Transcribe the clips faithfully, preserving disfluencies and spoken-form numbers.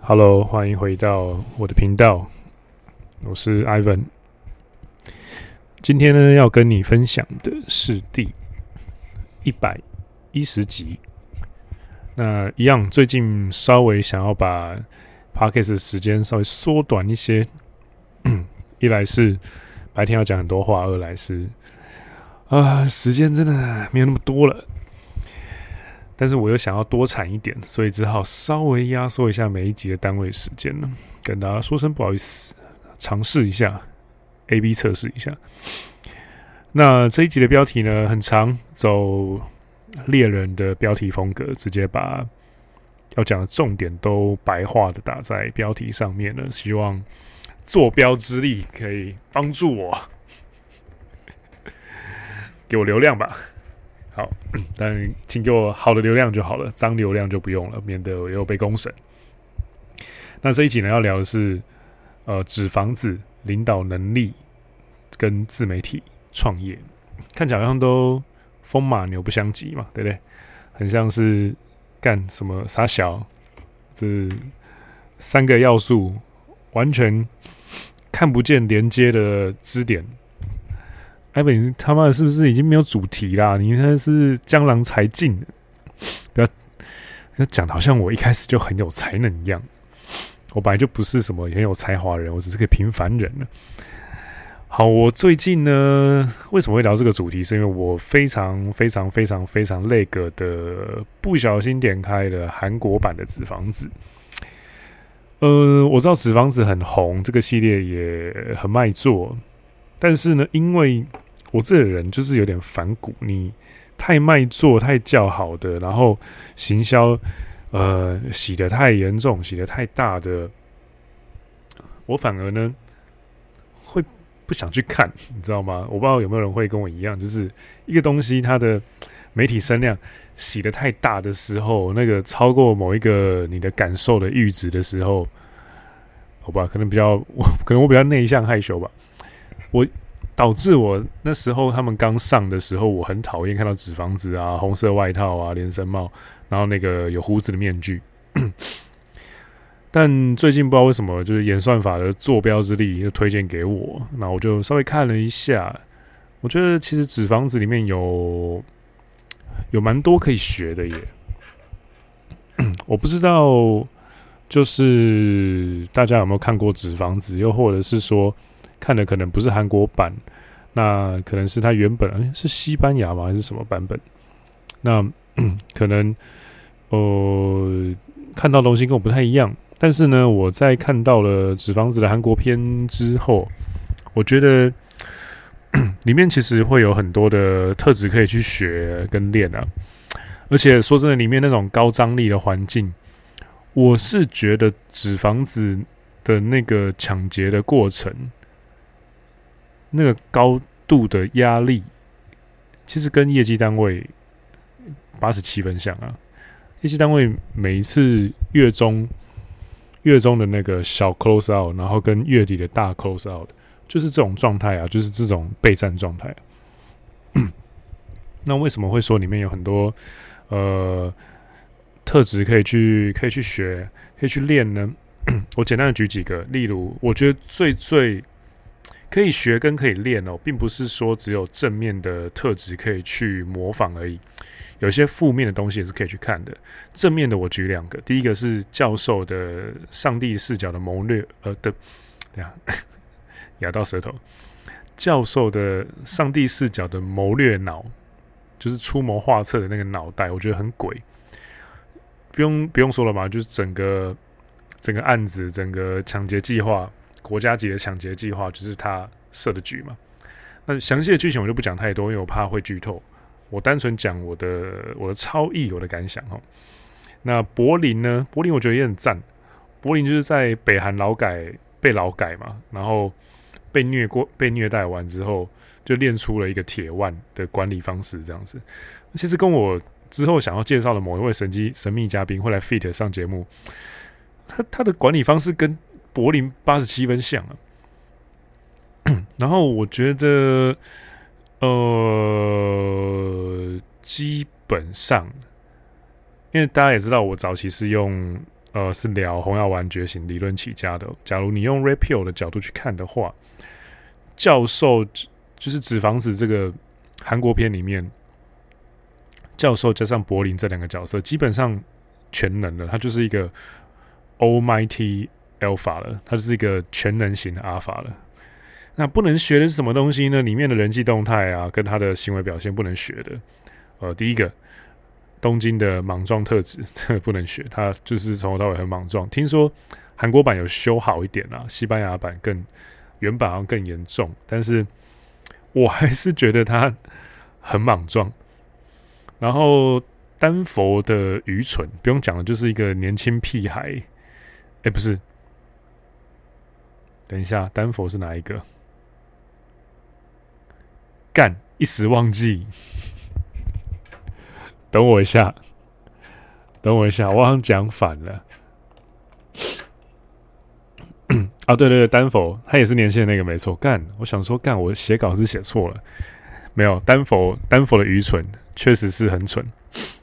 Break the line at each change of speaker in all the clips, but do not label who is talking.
Hello，欢迎回到我的频道，我是 Ivan。今天呢，要跟你分享的是第一百一十集。那一样，最近稍微想要把 Podcast 的时间稍微缩短一些，一来是白天要讲很多话，二来是啊，时间真的没有那么多了。但是我又想要多产一点，所以只好稍微压缩一下每一集的单位时间了。跟大家说声不好意思，尝试一下 A B 测试一下。那这一集的标题呢很长，走猎人的标题风格，直接把要讲的重点都白话的打在标题上面了。希望坐标之力可以帮助我，给我流量吧。好，但请给我好的流量就好了，脏流量就不用了，免得我又被公审。那这一集呢，要聊的是呃纸房子、领导能力跟自媒体创业，看起来好像都风马牛不相及嘛，对不对？很像是干什么傻小，这三个要素完全看不见连接的支点。艾本，你他妈的是不是已经没有主题啦？你现在是江郎才尽，不要要讲的好像我一开始就很有才能一样。我本来就不是什么很有才华的人，我只是个平凡人了。好，我最近呢，为什么会聊这个主题？是因为我非常非常非常非常累个的，不小心点开了韩国版的《纸房子》。呃，我知道《纸房子》很红，这个系列也很卖座，但是呢，因为我这个人就是有点反骨，你太卖座、太叫好的，然后行销呃洗得太严重、洗得太大的，我反而呢会不想去看，你知道吗？我不知道有没有人会跟我一样，就是一个东西它的媒体声量洗得太大的时候，那个超过某一个你的感受的阈值的时候，好吧，可能比较我可能我比较内向害羞吧，我。导致我那时候他们刚上的时候，我很讨厌看到纸房子啊、红色外套啊、连身帽，然后那个有胡子的面具。但最近不知道为什么，就是演算法的坐标之力就推荐给我，那我就稍微看了一下，我觉得其实纸房子里面有有蛮多可以学的耶。我不知道，就是大家有没有看过纸房子，又或者是说。看的可能不是韩国版，那可能是他原本、欸、是西班牙吗？还是什么版本？那可能呃看到东西跟我不太一样，但是呢，我在看到了纸房子的韩国篇之后，我觉得里面其实会有很多的特质可以去学跟练啊。而且说真的，里面那种高张力的环境，我是觉得纸房子的那个抢劫的过程。那个高度的压力，其实跟业绩单位八十七分像啊。业绩单位每一次月中月中的那个小 close out， 然后跟月底的大 close out， 就是这种状态啊，就是这种备战状态、啊。那为什么会说里面有很多呃特质可以去可以去学，可以去练呢？我简单的举几个，例如，我觉得最最。可以学跟可以练哦，并不是说只有正面的特质可以去模仿而已，有些负面的东西也是可以去看的。正面的我举两个，第一个是教授的上帝视角的谋略，呃的，对啊，咬到舌头。教授的上帝视角的谋略脑，就是出谋划策的那个脑袋，我觉得很鬼。不用不用说了嘛，就是整个整个案子，整个抢劫计划。国家级的抢劫计划就是他设的局嘛。那详细的剧情我就不讲太多，因为我怕会剧透。我单纯讲我的我的超意，我的感想哈。那柏林呢？柏林我觉得也很赞。柏林就是在北韩劳改被劳改嘛，然后被虐过、被虐待完之后，就练出了一个铁腕的管理方式，这样子。其实跟我之后想要介绍的某一位神机神秘嘉宾会来 feat 上节目，他他的管理方式跟柏林八十七分像啊，然后我觉得，呃，基本上，因为大家也知道，我早期是用呃是聊红药丸觉醒理论起家的。假如你用 Red Pill 的角度去看的话，教授就是纸房子这个韩国片里面，教授加上柏林这两个角色基本上全能的，他就是一个 Almighty Alpha 了，他就是一个全能型的 Alpha 了。那不能学的是什么东西呢？里面的人际动态啊，跟他的行为表现不能学的。呃，第一个，东京的莽撞特质，这个不能学，他就是从头到尾很莽撞。听说韩国版有修好一点啦，西班牙版更原版好像更严重，但是我还是觉得他很莽撞。然后丹佛的愚蠢不用讲了，就是一个年轻屁孩。哎，不是，等一下，丹佛是哪一个？干，一时忘记。等我一下，等我一下，我好像讲反了。啊，对对对，丹佛他也是年轻的那个没错。干，我想说干，我写稿是写错了，没有丹佛，丹佛的愚蠢确实是很蠢。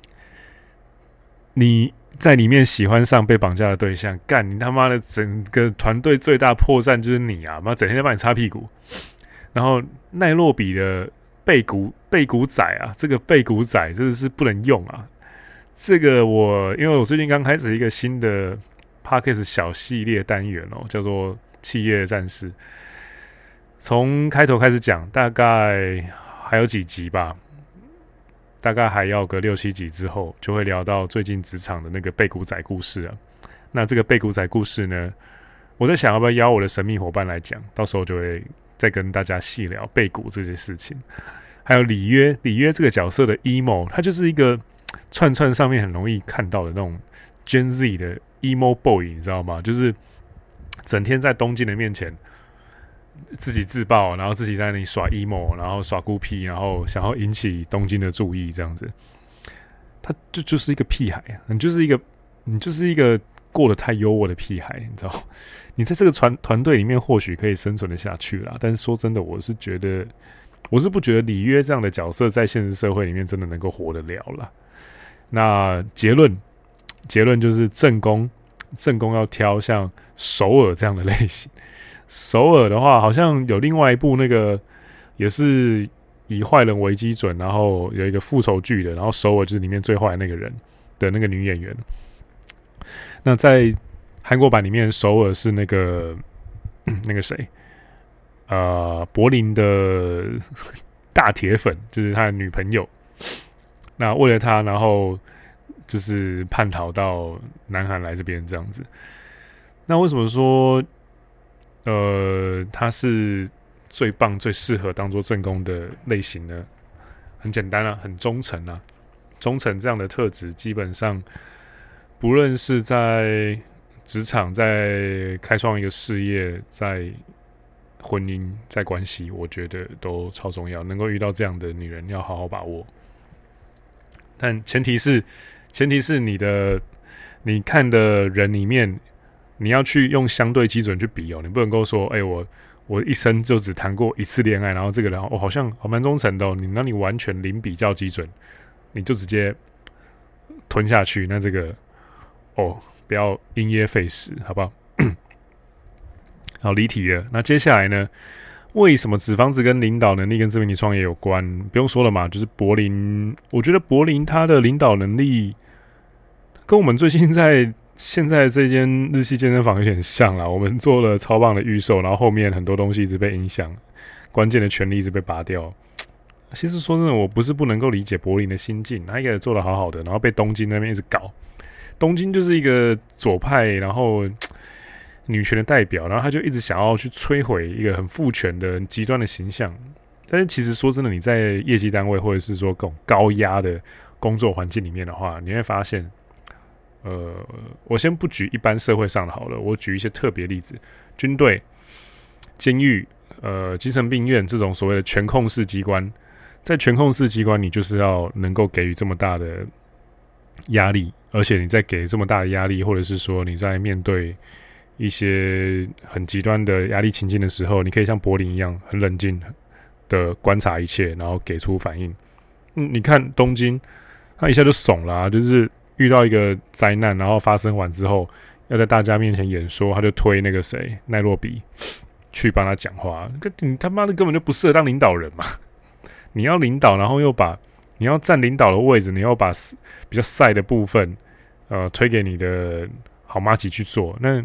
你在里面喜欢上被绑架的对象，干你他妈的整个团队最大破绽就是你啊！妈整天在帮你擦屁股。然后奈洛比的背骨背骨仔啊，这个背骨仔真的是不能用啊！这个我因为我最近刚开始一个新的 Podcast 小系列单元哦，叫做企业战士。从开头开始讲，大概还有几集吧。大概还要个六七集之后，就会聊到最近职场的那个背骨仔故事啊。那这个背骨仔故事呢，我在想要不要邀我的神秘伙伴来讲，到时候就会再跟大家细聊背骨这些事情。还有里约，里约这个角色的 emo， 他就是一个串串上面很容易看到的那种 Gen Z 的 emo boy， 你知道吗？就是整天在东京的面前自己自爆，然后自己在那里耍 emo， 然后耍孤僻，然后想要引起东京的注意，这样子，他就就是一个屁孩，你就是一个你就是一个过得太优渥的屁孩，你知道？你在这个团团队里面或许可以生存得下去啦，但是说真的，我是觉得，我是不觉得里约这样的角色在现实社会里面真的能够活得了啦。那结论，结论就是正宫，正宫要挑像首尔这样的类型。首尔的话，好像有另外一部那个也是以坏人为基准，然后有一个复仇剧的，然后首尔就是里面最坏的那个人的那个女演员。那在韩国版里面，首尔是那个那个谁，呃，柏林的大铁粉，就是他的女朋友。那为了他，然后就是叛逃到南韩来这边这样子。那为什么说？呃，他是最棒、最适合当做正宫的类型呢？很简单啊，很忠诚啊。忠诚这样的特质，基本上不论是在职场、在开创一个事业、在婚姻、在关系，我觉得都超重要。能够遇到这样的女人，要好好把握。但前提是，前提是你的你看的人里面。你要去用相对基准去比哦，你不能够说，哎、欸，我我一生就只谈过一次恋爱，然后这个人哦好像好蛮忠诚的哦，你那你完全零比较基准，你就直接吞下去，那这个哦不要因噎废食，好不好？好，离题了。那接下来呢？为什么纸房子跟领导能力跟自媒体创业有关？不用说了嘛，就是柏林，我觉得柏林他的领导能力跟我们最近在。现在这间日系健身房有点像啦，我们做了超棒的预售，然后后面很多东西一直被影响，关键的权利一直被拔掉。其实说真的，我不是不能够理解柏林的心境，他应该也做得好好的，然后被东京那边一直搞。东京就是一个左派，然后女权的代表，然后他就一直想要去摧毁一个很父权的很极端的形象。但是其实说真的，你在业绩单位或者是说这种高压的工作环境里面的话，你会发现。呃，我先不举一般社会上的好了，我举一些特别例子，军队、监狱、呃精神病院这种所谓的全控式机关，在全控式机关，你就是要能够给予这么大的压力，而且你在给这么大的压力，或者是说你在面对一些很极端的压力情境的时候，你可以像柏林一样很冷静的观察一切，然后给出反应。嗯，你看东京，他一下就怂了、啊，就是。 遇到一个灾难，然后发生完之后，要在大家面前演说，他就推那个谁奈洛比去帮他讲话。你他妈的根本就不适合当领导人嘛！你要领导，然后又把你要占领导的位置，你要把比较晒的部分，呃，推给你的好妈吉去做，那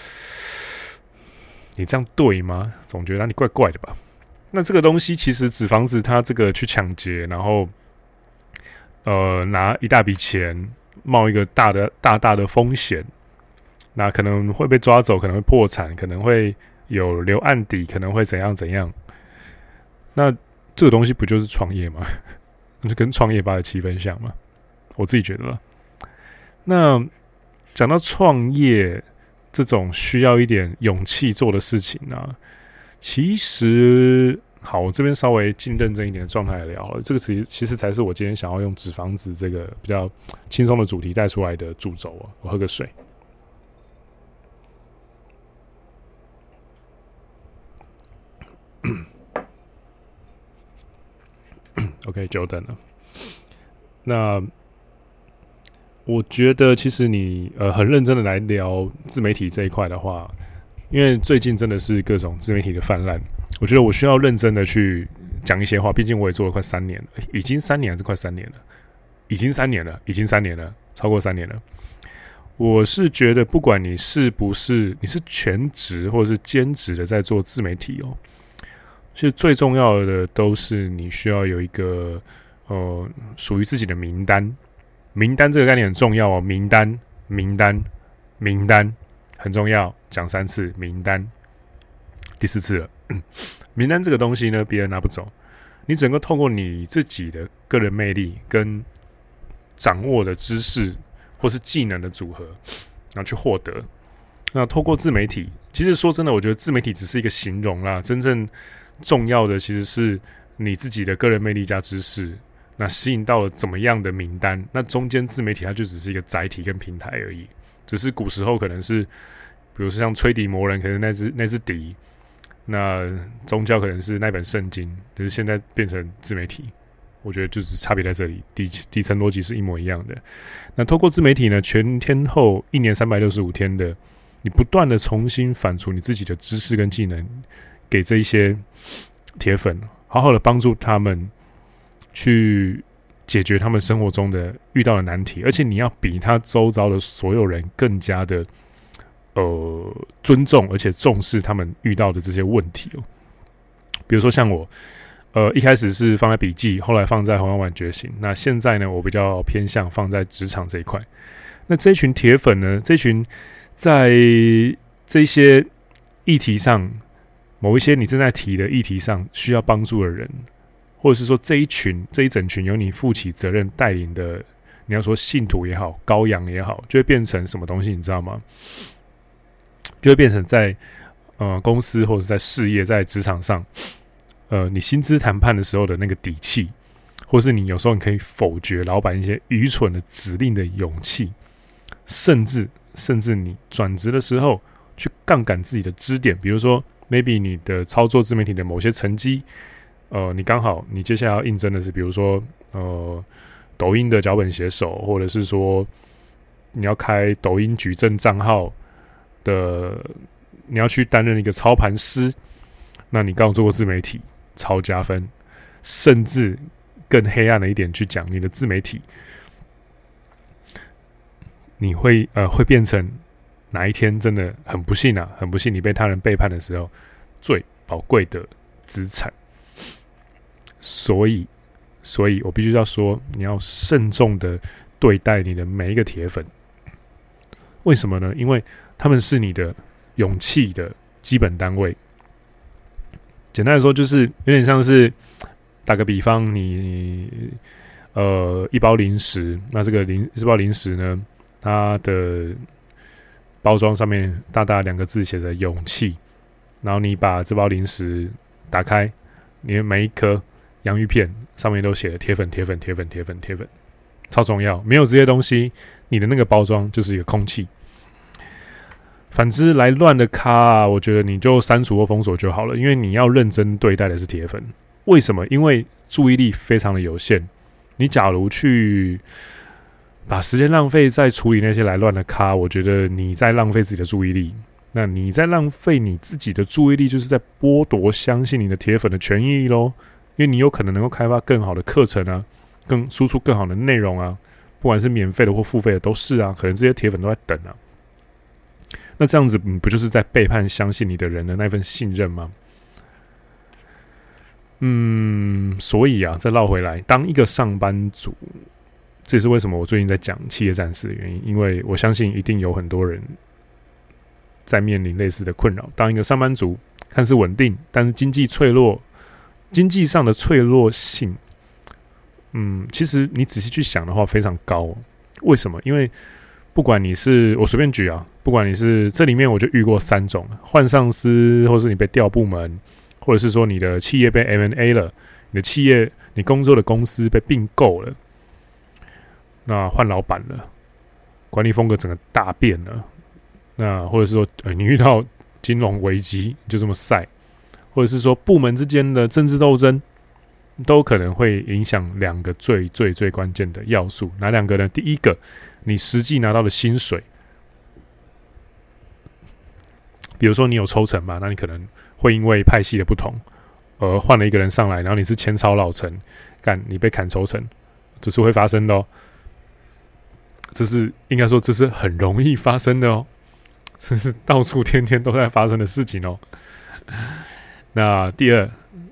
你这样对吗？总觉得哪里怪怪的吧？那这个东西其实纸房子它这个去抢劫，然后呃拿一大笔钱，冒一个大的大大的风险，那可能会被抓走，可能会破产，可能会有留案底，可能会怎样怎样。那这个东西不就是创业吗？就跟创业吧的气氛像嘛，我自己觉得啦。那讲到创业这种需要一点勇气做的事情啊，其实好，我这边稍微进认真一点的状态来聊好了。这个其其实才是我今天想要用纸房子这个比较轻松的主题带出来的主轴啊。我喝个水。OK， 久等了。那我觉得，其实你呃很认真的来聊自媒体这一块的话，因为最近真的是各种自媒体的泛滥，我觉得我需要认真的去讲一些话。毕竟我也做了快三年了，已经三年还是快三年了，已经三年了，已经三年了，超过三年了。我是觉得，不管你是不是你是全职或者是兼职的在做自媒体哦。其实最重要的都是你需要有一个呃属于自己的名单，名单这个概念很重要哦，名单、名单、名单很重要，讲三次，名单，第四次了。名单这个东西呢，别人拿不走，你只能够透过你自己的个人魅力跟掌握的知识或是技能的组合，然后去获得。那透过自媒体，其实说真的，我觉得自媒体只是一个形容啦，真正重要的其实是你自己的个人魅力加知识，那吸引到了怎么样的名单？那中间自媒体它就只是一个载体跟平台而已，只是古时候可能是，比如说像吹笛魔人，可能那只那只笛，那宗教可能是那本圣经，可是现在变成自媒体，我觉得就是差别在这里，底底层逻辑是一模一样的。那透过自媒体呢，全天候一年三百六十五天的，你不断的重新反刍你自己的知识跟技能。给这一些铁粉，好好的帮助他们去解决他们生活中的遇到的难题，而且你要比他周遭的所有人更加的呃尊重，而且重视他们遇到的这些问题哦。比如说像我，呃，一开始是放在笔记，后来放在红药丸觉醒，那现在呢，我比较偏向放在职场这一块。那这一群铁粉呢，这群在这些议题上。某一些你正在提的议题上需要帮助的人，或者是说这一群这一整群由你负起责任带领的，你要说信徒也好，羔羊也好，就会变成什么东西，你知道吗？就会变成在呃公司或者在事业、在职场上，呃，你薪资谈判的时候的那个底气，或是你有时候你可以否决老板一些愚蠢的指令的勇气，甚至甚至你转职的时候去杠杆自己的支点，比如说。maybe 你的操作自媒体的某些成绩，呃，你刚好你接下来要应征的是，比如说呃，抖音的脚本写手，或者是说你要开抖音矩阵账号的，你要去担任一个操盘师，那你刚好做过自媒体，超加分，甚至更黑暗的一点去讲，你的自媒体，你会呃会变成。哪一天真的很不幸啊，很不幸你被他人背叛的时候，最宝贵的资产。所以，所以我必须要说，你要慎重的对待你的每一个铁粉。为什么呢？因为他们是你的勇气的基本单位。简单来说，就是有点像是打个比方，你呃一包零食，那这个零这包零食呢，它的包装上面大大两个字写着勇气，然后你把这包零食打开，你的每一颗洋芋片上面都写了铁粉铁粉铁粉铁粉铁粉，超重要，没有这些东西，你的那个包装就是一个空气。反之来乱的咖啊，我觉得你就删除或封锁就好了，因为你要认真对待的是铁粉。为什么？因为注意力非常的有限，你假如去把时间浪费在处理那些来乱的咖，我觉得你在浪费自己的注意力。那你在浪费你自己的注意力，就是在剥夺相信你的铁粉的权益咯。因为你有可能能够开发更好的课程啊，更输出更好的内容啊，不管是免费的或付费的都是啊，可能这些铁粉都在等啊。那这样子不就是在背叛相信你的人的那份信任吗？嗯，所以啊，再绕回来，当一个上班族，这也是为什么我最近在讲企业战士的原因，因为我相信一定有很多人在面临类似的困扰。当一个上班族，看似稳定，但是经济脆弱，经济上的脆弱性，嗯，其实你仔细去想的话，非常高哦。为什么？因为不管你是我随便举啊，不管你是这里面我就遇过三种：换上司，或是你被调部门，或者是说你的企业被 M and A 了，你的企业你工作的公司被并购了，那换老板了，管理风格整个大变了。那或者是说，呃，你遇到金融危机，你就这么晒，或者是说部门之间的政治斗争，都可能会影响两个最最最关键的要素。哪两个呢？第一个，你实际拿到的薪水，比如说你有抽成嘛，那你可能会因为派系的不同，而换了一个人上来，然后你是前朝老臣，干你被砍抽成，这是会发生的哦。这是应该说这是很容易发生的哦。这是到处天天都在发生的事情哦。那第二，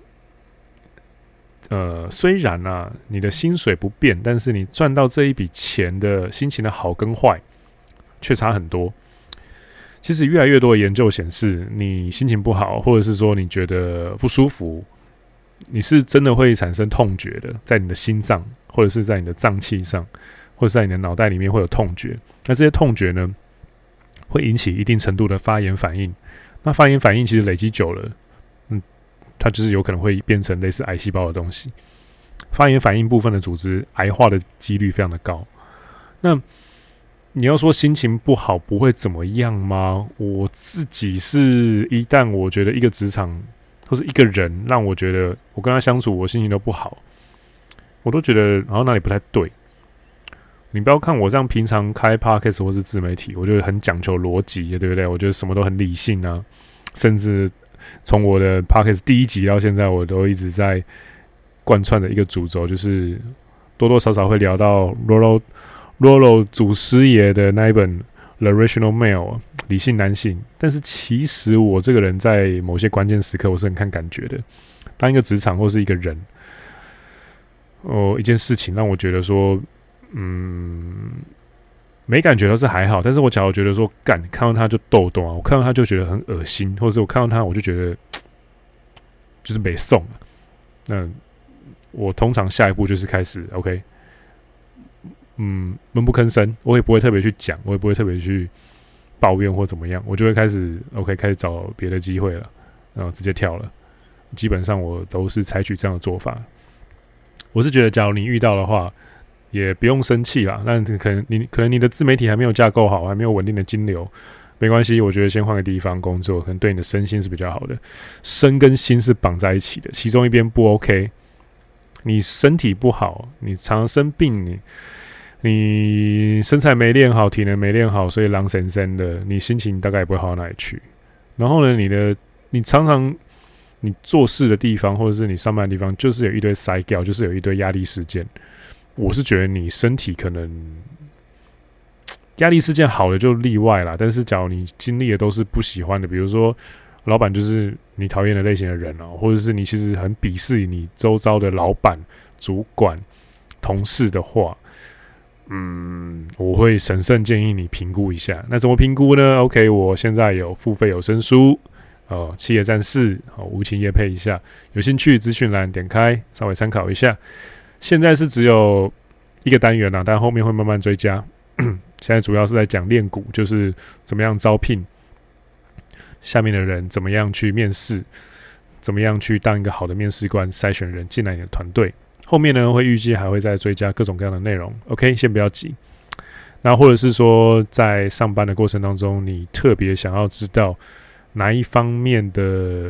呃，虽然啊你的薪水不变，但是你赚到这一笔钱的心情的好跟坏却差很多。其实越来越多的研究显示，你心情不好，或者是说你觉得不舒服，你是真的会产生痛觉的，在你的心脏，或者是在你的脏器上，或者是在你的脑袋里面会有痛觉。那这些痛觉呢，会引起一定程度的发炎反应。那发炎反应其实累积久了，嗯，它就是有可能会变成类似癌细胞的东西。发炎反应部分的组织癌化的几率非常的高。那你要说心情不好不会怎么样吗？我自己是一旦我觉得一个职场或是一个人让我觉得我跟他相处我心情都不好，我都觉得好像哪里不太对。你不要看我这样平常开 podcast 或是自媒体，我觉得很讲求逻辑，对不对？我觉得什么都很理性啊，甚至从我的 podcast 第一集到现在，我都一直在贯穿的一个主轴，就是多多少少会聊到 Rollo Rollo 祖师爷的那一本 The Rational Male 理性男性。但是其实我这个人在某些关键时刻我是很看感觉的。当一个职场或是一个人，哦，一件事情让我觉得说，嗯，没感觉倒是还好，但是我假如觉得说，干看到他就痘痘啊，我看到他就觉得很恶心，或者是我看到他我就觉得就是没送。那我通常下一步就是开始 OK。嗯，闷不吭声，我也不会特别去讲，我也不会特别去抱怨或怎么样，我就会开始 OK 开始找别的机会了，然后直接跳了。基本上我都是采取这样的做法。我是觉得，假如你遇到的话，也不用生气啦。那可能你可能你的自媒体还没有架构好，还没有稳定的金流，没关系。我觉得先换个地方工作，可能对你的身心是比较好的。身跟心是绑在一起的，其中一边不 OK， 你身体不好，你常常生病，你。你身材没练好，体能没练好，所以狼神神的，你心情大概也不会好到哪里去。然后呢，你的你常常你做事的地方，或者是你上班的地方，就是有一堆塞掉，就是有一堆压力事件。我是觉得你身体可能压力事件好的就例外啦，但是假如你经历的都是不喜欢的，比如说老板就是你讨厌的类型的人哦，或者是你其实很鄙视你周遭的老板、主管、同事的话。嗯，我会审慎建议你评估一下。那怎么评估呢 ？OK， 我现在有付费有声书，哦，企业战士，哦，无情业配一下，有兴趣资讯栏点开，稍微参考一下。现在是只有一个单元啦，但后面会慢慢追加。现在主要是在讲练股，就是怎么样招聘下面的人，怎么样去面试，怎么样去当一个好的面试官，筛选人进来你的团队。后面呢会预计还会再追加各种各样的内容 ，OK， 先不要急。那或者是说，在上班的过程当中，你特别想要知道哪一方面的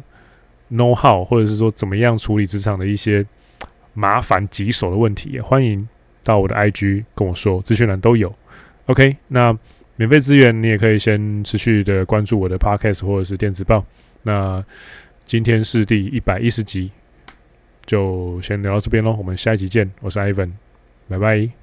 know how， 或者是说怎么样处理职场的一些麻烦棘手的问题，也欢迎到我的 I G 跟我说，资讯栏都有。OK， 那免费资源你也可以先持续的关注我的 Podcast 或者是电子报。那今天是第一百一十集，就先聊到这边咯，我们下一集见，我是 Ivan， 拜拜。